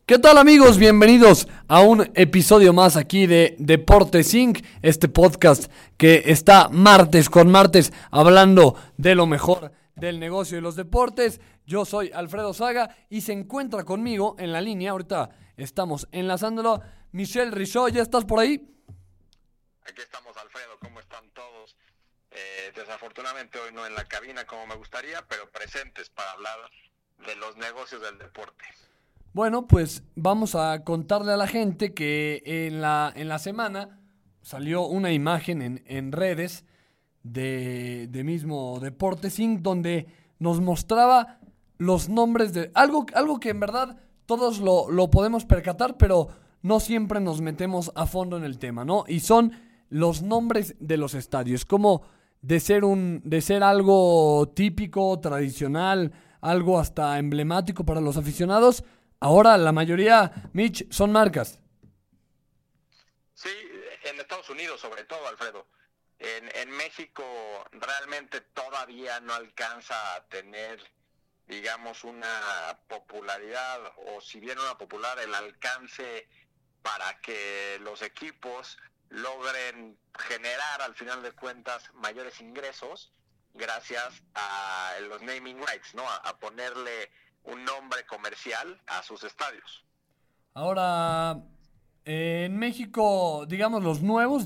¿Qué tal, amigos? Bienvenidos a un episodio más aquí de Deportes Inc., este podcast que está martes con martes hablando de lo mejor del negocio de los deportes. Yo soy Alfredo Saga y se encuentra conmigo en la línea, ahorita estamos enlazándolo, Michel Richaud. ¿Ya estás por ahí? Aquí estamos, Alfredo, ¿cómo están todos? Desafortunadamente hoy no en la cabina como me gustaría, pero presentes para hablar de los negocios del deporte. Bueno, pues vamos a contarle a la gente que en la semana salió una imagen en redes de mismo Deportes Inc., donde nos mostraba los nombres de algo que en verdad todos lo podemos percatar, pero no siempre nos metemos a fondo en el tema, ¿no? Y son los nombres de los estadios, como de ser algo típico, tradicional, algo hasta emblemático para los aficionados. Ahora la mayoría, Mitch, son marcas. Sí, en Estados Unidos sobre todo, Alfredo. En México realmente todavía no alcanza a tener, digamos, una popularidad, o si bien una popular, el alcance para que los equipos logren generar al final de cuentas mayores ingresos gracias a los naming rights, ¿no? A ponerle un nombre comercial a sus estadios. Ahora, en México, digamos, los nuevos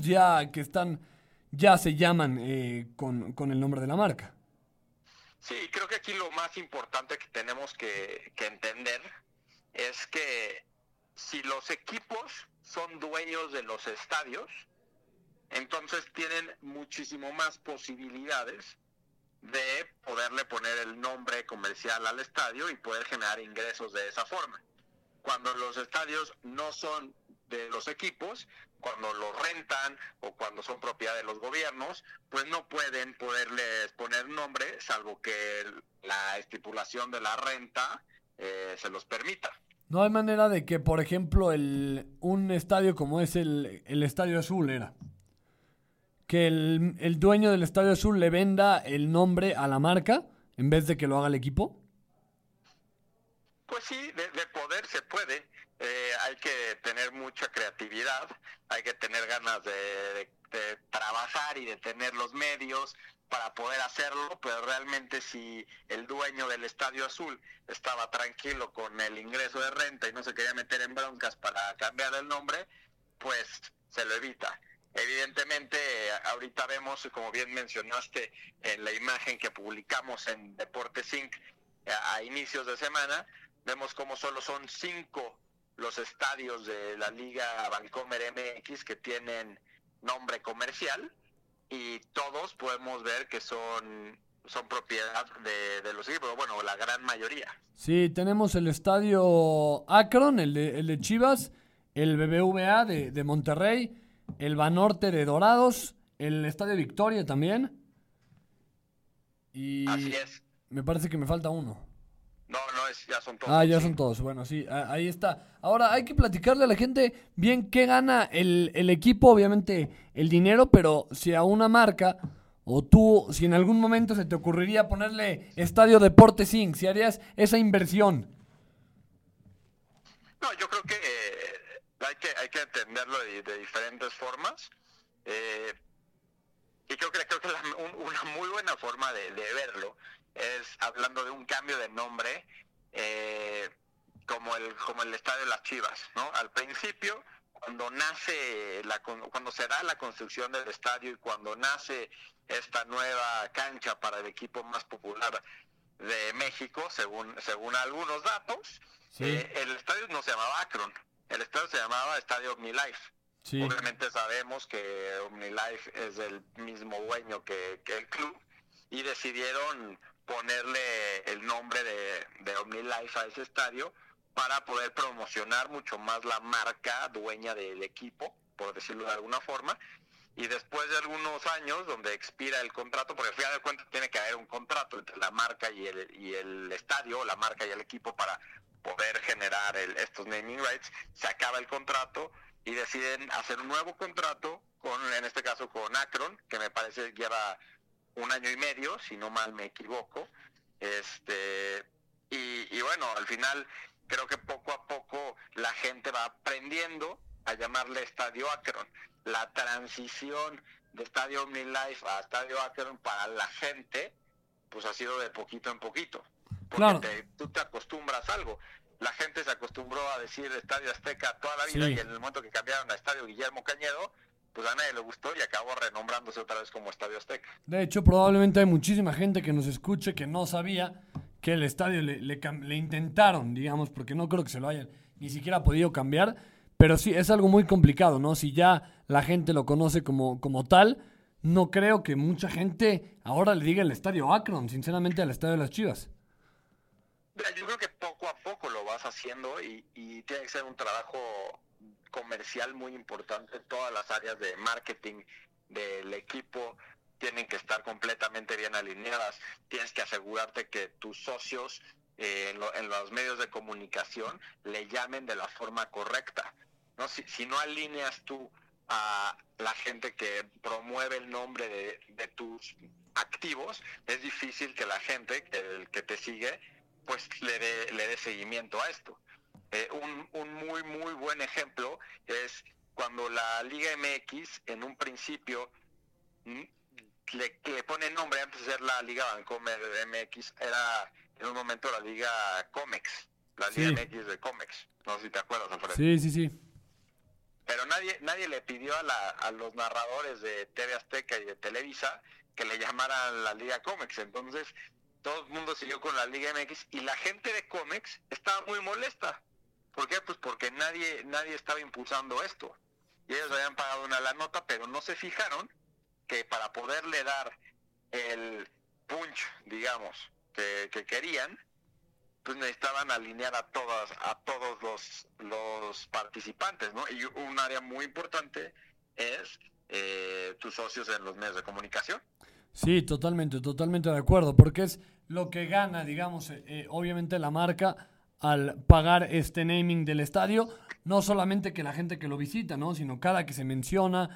ya se llaman con el nombre de la marca. Sí, creo que aquí lo más importante que tenemos que entender es que si los equipos son dueños de los estadios, entonces tienen muchísimo más posibilidades de poderle poner el nombre comercial al estadio y poder generar ingresos de esa forma. Cuando los estadios no son de los equipos, cuando los rentan o cuando son propiedad de los gobiernos, pues no pueden poderles poner nombre, salvo que la estipulación de la renta se los permita. No hay manera de que, por ejemplo, un estadio como es el Estadio Azul que el dueño del Estadio Azul le venda el nombre a la marca en vez de que lo haga el equipo. Pues sí, de poder se puede. Hay que tener mucha creatividad, hay que tener ganas de trabajar y de tener los medios para poder hacerlo, pero realmente si el dueño del Estadio Azul estaba tranquilo con el ingreso de renta y no se quería meter en broncas para cambiar el nombre, pues se lo evita. Evidentemente, ahorita vemos, como bien mencionaste en la imagen que publicamos en Deportes Inc. A inicios de semana, vemos como solo son 5 los estadios de la Liga Bancomer MX que tienen nombre comercial y todos podemos ver que son propiedad de los equipos, bueno, la gran mayoría. Sí, tenemos el Estadio Akron, el de Chivas, el BBVA de Monterrey, el Banorte de Dorados, el Estadio Victoria también. Y así es. Me parece que me falta uno. No, ya son todos. Ah, ya son todos. Bueno, sí, ahí está. Ahora hay que platicarle a la gente bien qué gana el equipo, obviamente el dinero, pero si a una marca o tú, si en algún momento se te ocurriría ponerle Estadio Deportes Inc., si harías esa inversión. No, yo creo que hay que entenderlo de diferentes formas. Y creo que una muy buena forma de verlo es hablando de un cambio de nombre como el estadio de las Chivas, ¿no? Al principio, cuando se da la construcción del estadio y cuando nace esta nueva cancha para el equipo más popular de México, según algunos datos, Sí. El estadio no se llamaba Akron, el estadio se llamaba Estadio OmniLife. Sí. Obviamente sabemos que OmniLife es del mismo dueño que el club y decidieron ponerle el nombre de OmniLife a ese estadio para poder promocionar mucho más la marca dueña del equipo, por decirlo de alguna forma. Y después de algunos años, donde expira el contrato, porque al final de cuentas tiene que haber un contrato entre la marca y el estadio, la marca y el equipo para poder generar estos naming rights, se acaba el contrato y deciden hacer un nuevo contrato en este caso con Akron, que me parece lleva 1 año y medio, si no mal me equivoco, Y bueno, al final creo que poco a poco la gente va aprendiendo a llamarle Estadio Akron. La transición de Estadio OmniLife a Estadio Akron para la gente, pues ha sido de poquito en poquito, porque Claro, tú te acostumbras a algo. La gente se acostumbró a decir Estadio Azteca toda la vida, sí. y en el momento que cambiaron a Estadio Guillermo Cañedo, pues a nadie le gustó y acabó renombrándose otra vez como Estadio Azteca. De hecho, probablemente hay muchísima gente que nos escuche que no sabía que el estadio le intentaron, digamos, porque no creo que se lo hayan ni siquiera podido cambiar, pero sí, es algo muy complicado, ¿no? Si ya la gente lo conoce como tal, no creo que mucha gente ahora le diga el estadio Akron, sinceramente, al estadio de las Chivas. Yo creo que poco a poco lo vas haciendo y tiene que ser un trabajo comercial muy importante. Todas las áreas de marketing del equipo tienen que estar completamente bien alineadas. Tienes que asegurarte que tus socios en los medios de comunicación le llamen de la forma correcta, ¿no? Si no alineas tú a la gente que promueve el nombre de tus activos, es difícil que la gente, el que te sigue, pues le dé seguimiento a esto. Un muy, muy buen ejemplo es cuando la Liga MX en un principio le pone nombre, antes de ser la Liga Bancomer MX, era en un momento la Liga Comex, la Liga Sí, MX de Comex. No sé si te acuerdas, Alfredo. sí, sí, sí. Pero nadie le pidió a los narradores de TV Azteca y de Televisa que le llamaran la Liga Comex. Entonces, todo el mundo siguió con la Liga MX y la gente de Comex estaba muy molesta. ¿Por qué? Pues porque nadie estaba impulsando esto. Y ellos habían pagado la nota, pero no se fijaron que para poderle dar el punch, digamos, que querían, pues necesitaban alinear a todos los participantes, ¿no? Y un área muy importante es tus socios en los medios de comunicación. Sí, totalmente, totalmente de acuerdo, porque es lo que gana, digamos, obviamente la marca al pagar este naming del estadio, no solamente que la gente que lo visita, ¿no? Sino cada que se menciona,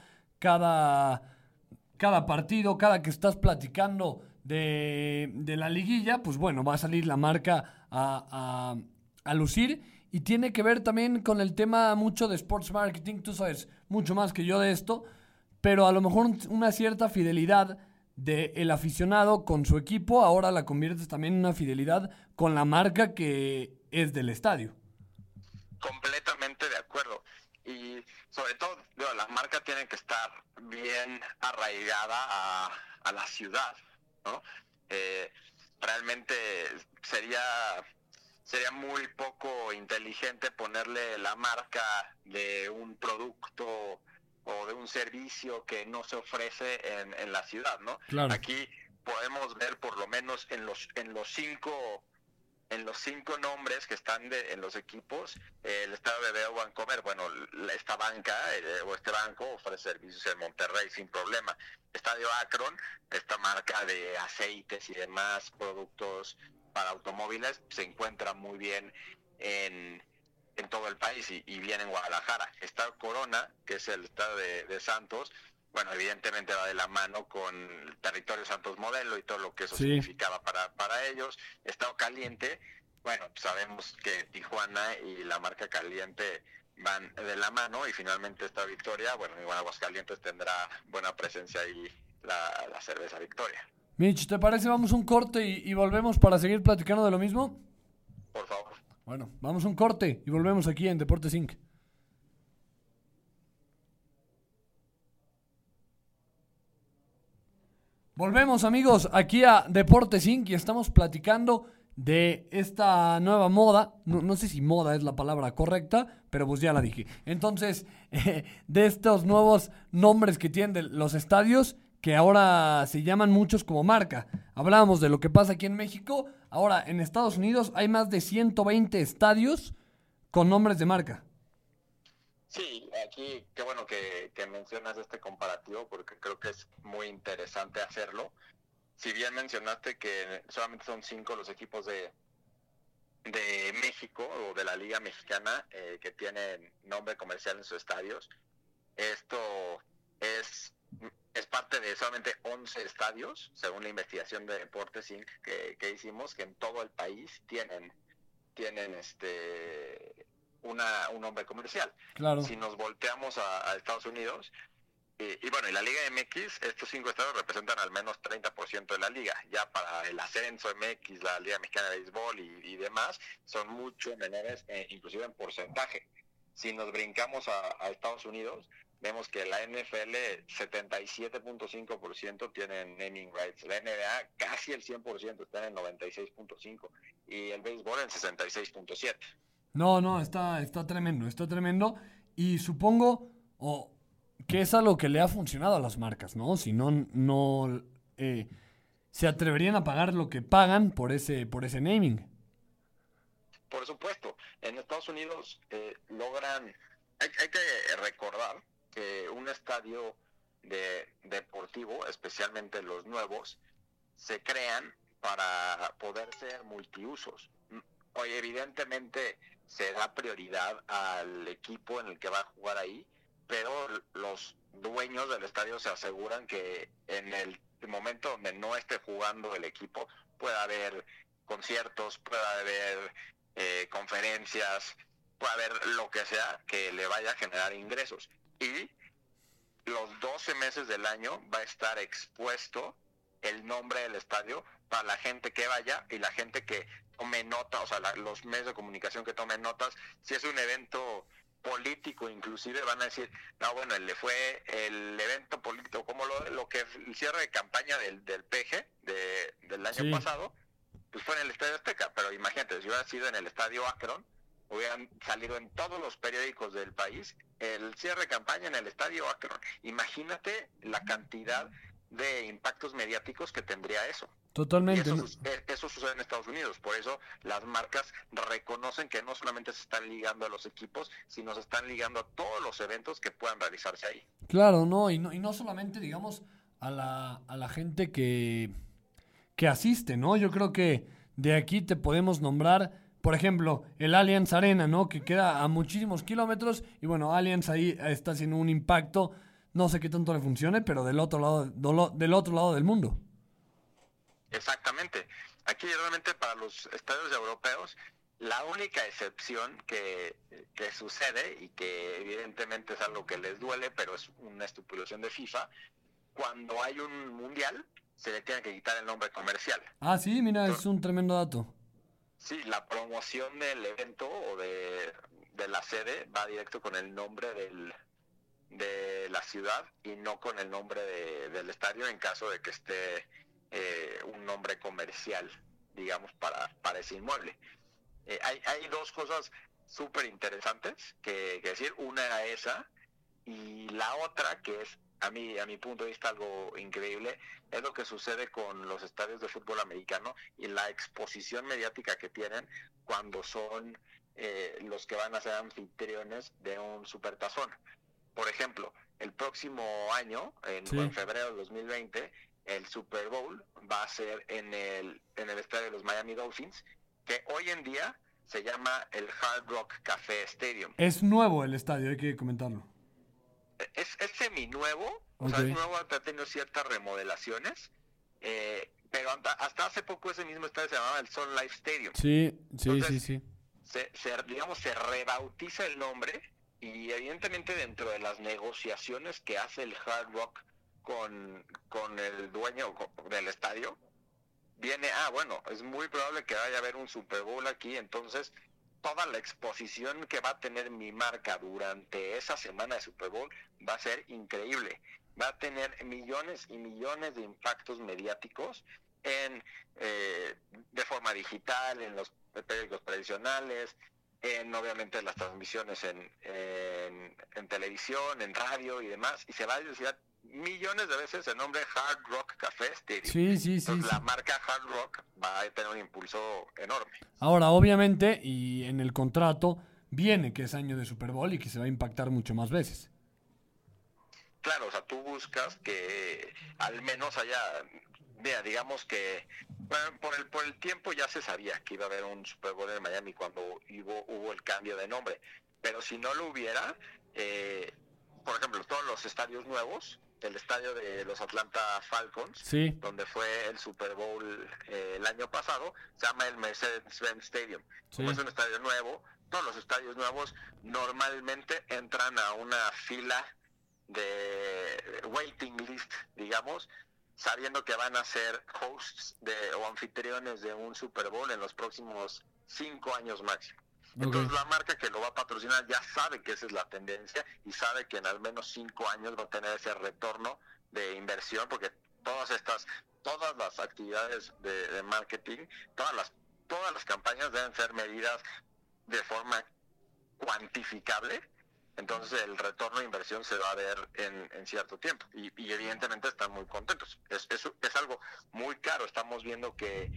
cada partido, cada que estás platicando de la liguilla, pues bueno, va a salir la marca a lucir. Y tiene que ver también con el tema mucho de sports marketing, tú sabes mucho más que yo de esto, pero a lo mejor una cierta fidelidad del aficionado con su equipo, ahora la conviertes también en una fidelidad con la marca que es del estadio. Completamente de acuerdo. Y sobre todo, digo, la marca tiene que estar bien arraigada a la ciudad, ¿no? Eh, Realmente sería sería muy poco inteligente ponerle la marca de un producto o de un servicio que no se ofrece en la ciudad, ¿no? Claro. Aquí podemos ver por lo menos en los cinco nombres que están en los equipos, el estado de BBVA Bancomer, bueno, esta banca o este banco ofrece servicios en Monterrey sin problema. Estadio Akron, esta marca de aceites y demás productos para automóviles, se encuentra muy bien en todo el país y viene en Guadalajara. Está Corona, que es el estado de Santos, bueno, evidentemente va de la mano con el territorio Santos Modelo y todo lo que eso Sí. significaba para ellos. Estado Caliente, bueno, sabemos que Tijuana y la marca Caliente van de la mano y finalmente esta Victoria, bueno, igual Aguascalientes tendrá buena presencia ahí la cerveza Victoria. Mitch, ¿te parece? Vamos a un corte y volvemos para seguir platicando de lo mismo. Por favor. Bueno, vamos a un corte y volvemos aquí en Deportes Inc. Volvemos amigos aquí a Deportes Inc. y estamos platicando de esta nueva moda, no sé si moda es la palabra correcta, pero pues ya la dije. Entonces, de estos nuevos nombres que tienen los estadios, que ahora se llaman muchos como marca. Hablábamos de lo que pasa aquí en México, ahora en Estados Unidos hay más de 120 estadios con nombres de marca. Sí, aquí qué bueno que mencionas este comparativo porque creo que es muy interesante hacerlo. Si bien mencionaste que solamente son 5 los equipos de México o de la Liga Mexicana que tienen nombre comercial en sus estadios, esto es es parte de solamente 11 estadios, según la investigación de Deportes Inc. que hicimos, que en todo el país tienen un nombre comercial. Claro. Si nos volteamos a Estados Unidos, y bueno, y la Liga MX, estos 5 estados representan al menos 30% de la liga. Ya para el ascenso MX, la Liga Mexicana de Béisbol y demás, son mucho menores, inclusive en porcentaje. Si nos brincamos a Estados Unidos, vemos que la NFL 77.5% tienen naming rights, la NBA casi el 100%, están en 96.5% y el béisbol en 66.7%. No, está tremendo. Y supongo que es algo que le ha funcionado a las marcas, ¿no? Si no se atreverían a pagar lo que pagan por ese naming. Por supuesto, en Estados Unidos logran, hay que recordar que un estadio deportivo, especialmente los nuevos, se crean para poder ser multiusos. Hoy evidentemente se da prioridad al equipo en el que va a jugar ahí, pero los dueños del estadio se aseguran que en el momento donde no esté jugando el equipo pueda haber conciertos, pueda haber conferencias, puede haber lo que sea que le vaya a generar ingresos. Y los 12 meses del año va a estar expuesto el nombre del estadio para la gente que vaya y la gente que tome nota, o sea, los medios de comunicación que tomen notas. Si es un evento político, inclusive van a decir, no, bueno, le fue el evento político, como lo que el cierre de campaña del PG del año pasado, pues fue en el Estadio Azteca, pero imagínate, si hubiera sido en el Estadio Akron, hubieran salido en todos los periódicos del país el cierre de campaña en el Estadio Akron. Imagínate la cantidad de impactos mediáticos que tendría eso. Totalmente. Y eso sucede en Estados Unidos, por eso las marcas reconocen que no solamente se están ligando a los equipos, sino se están ligando a todos los eventos que puedan realizarse ahí. Claro, y no solamente, digamos, a la gente que asiste, ¿no? Yo creo que de aquí te podemos nombrar, por ejemplo, el Allianz Arena, ¿no? Que queda a muchísimos kilómetros y bueno, Allianz ahí está haciendo un impacto, no sé qué tanto le funcione, pero del otro lado del mundo. Exactamente. Aquí realmente para los estadios europeos, la única excepción que sucede y que evidentemente es algo que les duele, pero es una estipulación de FIFA, cuando hay un mundial se le tiene que quitar el nombre comercial. Ah, sí, mira, entonces, es un tremendo dato. Sí, la promoción del evento o de la sede va directo con el nombre de la ciudad y no con el nombre del estadio en caso de que esté un nombre comercial, digamos, para ese inmueble. Hay dos cosas súper interesantes que decir. Una era esa, y la otra, que es a mi punto de vista algo increíble, es lo que sucede con los estadios de fútbol americano y la exposición mediática que tienen cuando son los que van a ser anfitriones de un supertazón. Por ejemplo, el próximo año, en febrero de 2020, el Super Bowl va a ser en el estadio de los Miami Dolphins, que hoy en día se llama el Hard Rock Café Stadium. Es nuevo el estadio, hay que comentarlo. Es seminuevo, o sea, es nuevo, ha tenido ciertas remodelaciones, pero hasta hace poco ese mismo estadio se llamaba el Sun Life Stadium. Sí. Se rebautiza el nombre y evidentemente dentro de las negociaciones que hace el Hard Rock con el dueño del estadio, viene, bueno, es muy probable que vaya a haber un Super Bowl aquí, entonces toda la exposición que va a tener mi marca durante esa semana de Super Bowl va a ser increíble. Va a tener millones y millones de impactos mediáticos de forma digital, en los periódicos tradicionales, en obviamente las transmisiones en televisión, en radio y demás, y se va a decir millones de veces el nombre Hard Rock Café Stadium. Entonces la marca Hard Rock va a tener un impulso enorme. Ahora, obviamente, y en el contrato viene que es año de Super Bowl y que se va a impactar mucho más veces. Claro, o sea, tú buscas que al menos haya, mira, digamos que bueno, por el tiempo ya se sabía que iba a haber un Super Bowl en Miami cuando hubo el cambio de nombre, pero si no lo hubiera, por ejemplo, todos los estadios nuevos el estadio de los Atlanta Falcons, Sí. donde fue el Super Bowl el año pasado, se llama el Mercedes-Benz Stadium. Sí. Como es un estadio nuevo, todos los estadios nuevos normalmente entran a una fila de waiting list, digamos, sabiendo que van a ser hosts o anfitriones de un Super Bowl en los próximos 5 años máximo. Entonces la marca que lo va a patrocinar ya sabe que esa es la tendencia y sabe que en al menos 5 años va a tener ese retorno de inversión, porque todas las actividades de marketing, todas las campañas deben ser medidas de forma cuantificable. Entonces el retorno de inversión se va a ver en cierto tiempo y evidentemente están muy contentos. Es algo muy caro. Estamos viendo que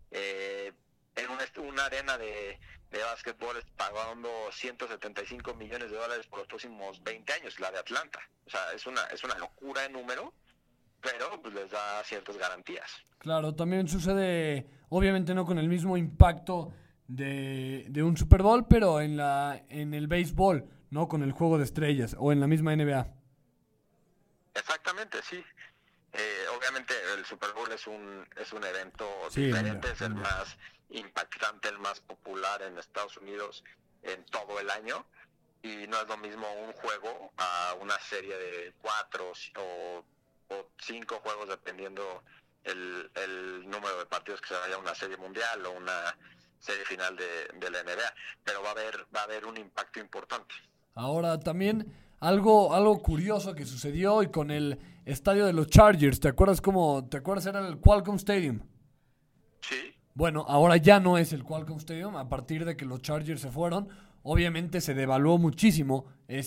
en una arena de básquetbol pagando $175 millones por los próximos 20 años, la de Atlanta. O sea, es una locura de número, pero pues les da ciertas garantías. Claro, también sucede, obviamente no con el mismo impacto de un Super Bowl, pero en el béisbol, ¿no? Con el Juego de Estrellas o en la misma NBA. Exactamente, sí. Obviamente el Super Bowl es un evento mundial, diferente, es el más impactante, el más popular en Estados Unidos en todo el año, y no es lo mismo un juego a una serie de 4 o 5 juegos, dependiendo el número de partidos que se vaya a una serie mundial o una serie final de la NBA, pero va a haber un impacto importante. Ahora también algo curioso que sucedió y con el estadio de los Chargers, ¿te acuerdas era el Qualcomm Stadium? Sí. Bueno, ahora ya no es el Qualcomm Stadium, a partir de que los Chargers se fueron, obviamente se devaluó muchísimo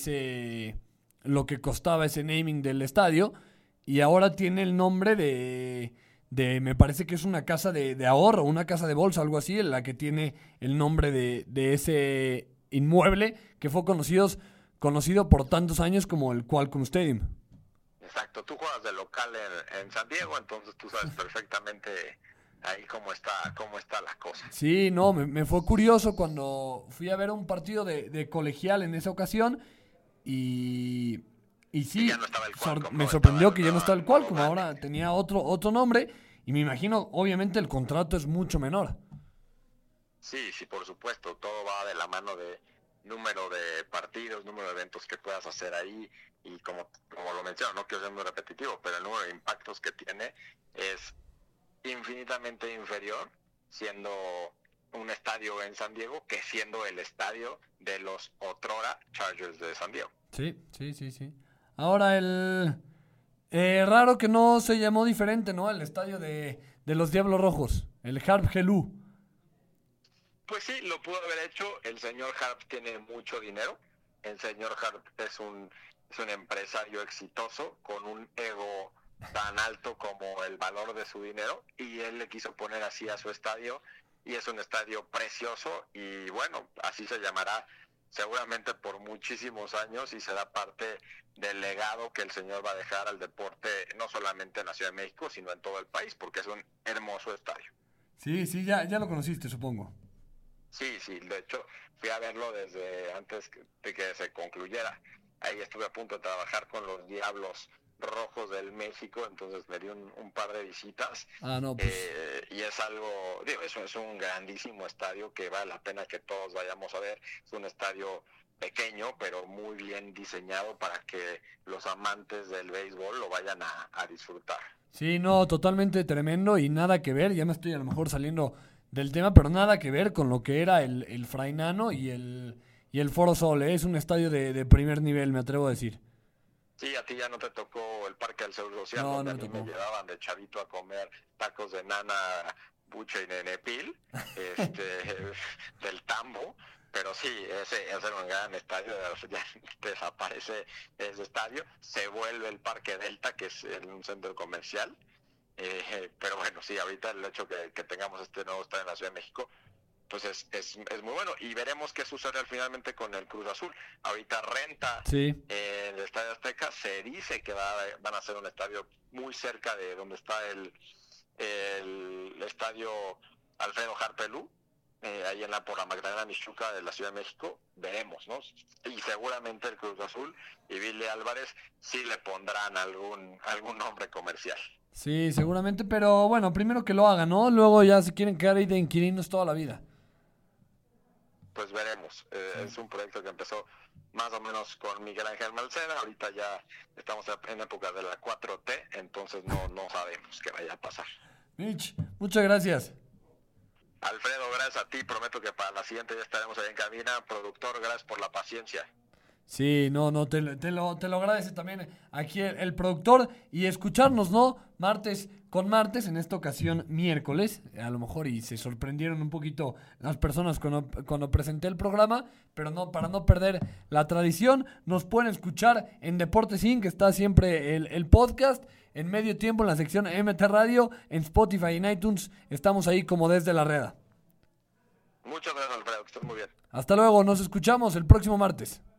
lo que costaba ese naming del estadio, y ahora tiene el nombre de me parece que es una casa de ahorro, una casa de bolsa, algo así, en la que tiene el nombre de ese inmueble que fue conocido por tantos años como el Qualcomm Stadium. Exacto, tú juegas de local en San Diego, entonces tú sabes perfectamente ahí cómo está la cosa. Sí, no, me fue curioso cuando fui a ver un partido de colegial en esa ocasión y sí, ya no estaba el Qualcomm, me ¿no? sorprendió que ya no estaba el Qualcomm, vale. ahora tenía otro nombre y me imagino, obviamente el contrato es mucho menor. Sí, por supuesto, todo va de la mano de número de partidos, número de eventos que puedas hacer ahí, y como lo menciono, no quiero ser muy repetitivo, pero el número de impactos que tiene es infinitamente inferior siendo un estadio en San Diego que siendo el estadio de los otrora Chargers de San Diego. Sí. Ahora raro que no se llamó diferente, ¿no? El estadio de los Diablos Rojos, el Harp Helú. Pues sí, lo pudo haber hecho. El señor Harp tiene mucho dinero. El señor Harp es un empresario exitoso con un ego tan alto como el valor de su dinero, y él le quiso poner así a su estadio, y es un estadio precioso, y bueno, así se llamará seguramente por muchísimos años, y será parte del legado que el señor va a dejar al deporte, no solamente en la Ciudad de México, sino en todo el país, porque es un hermoso estadio. Sí, ya lo conociste, supongo. Sí, de hecho fui a verlo desde antes de que se concluyera. Ahí estuve a punto de trabajar con los Diablos Rojos del México, entonces me di un par de visitas. No, pues. Y es algo, eso es un grandísimo estadio que vale la pena que todos vayamos a ver. Es un estadio pequeño, pero muy bien diseñado para que los amantes del béisbol lo vayan a disfrutar. Sí, no, totalmente tremendo y nada que ver, ya me estoy a lo mejor saliendo del tema, pero nada que ver con lo que era el Frainano y el Foro Sol, ¿eh? Es un estadio de primer nivel, me atrevo a decir. Sí, a ti ya no te tocó el Parque del Seguro Social, no, donde no a mí me llevaban de chavito a comer tacos de nana, buche y nenepil, del Tambo, pero sí, ese era un gran estadio, ya desaparece ese estadio, se vuelve el Parque Delta, que es un centro comercial, pero bueno, sí, ahorita el hecho que tengamos este nuevo estadio en la Ciudad de México, pues es muy bueno, y veremos qué sucede finalmente con el Cruz Azul. Ahorita renta el Estadio Azteca, se dice que van a hacer un estadio muy cerca de donde está el Estadio Alfredo Harpelú, ahí por la Magdalena Michuca de la Ciudad de México, veremos, ¿no? Y seguramente el Cruz Azul y Billy Álvarez sí le pondrán algún nombre comercial. Sí, seguramente, pero bueno, primero que lo hagan, ¿no? Luego ya se quieren quedar ahí de inquilinos toda la vida. Pues veremos. Es un proyecto que empezó más o menos con Miguel Ángel Malcena. Ahorita ya estamos en época de la 4T, entonces no sabemos qué vaya a pasar. Mitch, muchas gracias. Alfredo, gracias a ti. Prometo que para la siguiente ya estaremos ahí en cabina. Productor, gracias por la paciencia. Sí, no, te lo agradece también aquí el productor y escucharnos, ¿no? Martes con martes, en esta ocasión miércoles, a lo mejor y se sorprendieron un poquito las personas cuando presenté el programa, pero no, para no perder la tradición, nos pueden escuchar en Deportes Inc., que está siempre el podcast, en medio tiempo en la sección MT Radio, en Spotify y en iTunes, estamos ahí como Desde la Reda. Muchas gracias, Alfredo, que estés muy bien. Hasta luego, nos escuchamos el próximo martes.